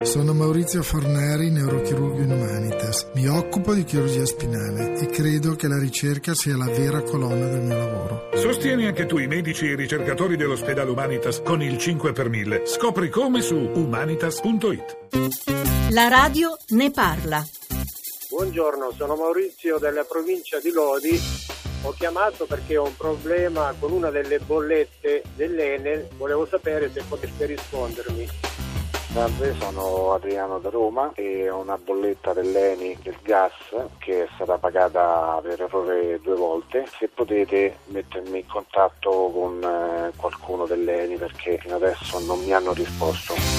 Sono Maurizio Forneri, neurochirurgo in Humanitas. Mi occupo di chirurgia spinale e credo che la ricerca sia la vera colonna del mio lavoro. Sostieni anche tu i medici e i ricercatori dell'ospedale Humanitas con il 5 per 1000. Scopri come su humanitas.it. La radio ne parla. Buongiorno, sono Maurizio della provincia di Lodi. Ho chiamato perché ho un problema con una delle bollette dell'Enel. Volevo sapere se poteste rispondermi. Salve, sono Adriano da Roma e ho una bolletta dell'ENI del gas che è stata pagata per errore 2 volte. Se potete mettermi in contatto con qualcuno dell'ENI perché fino adesso non mi hanno risposto.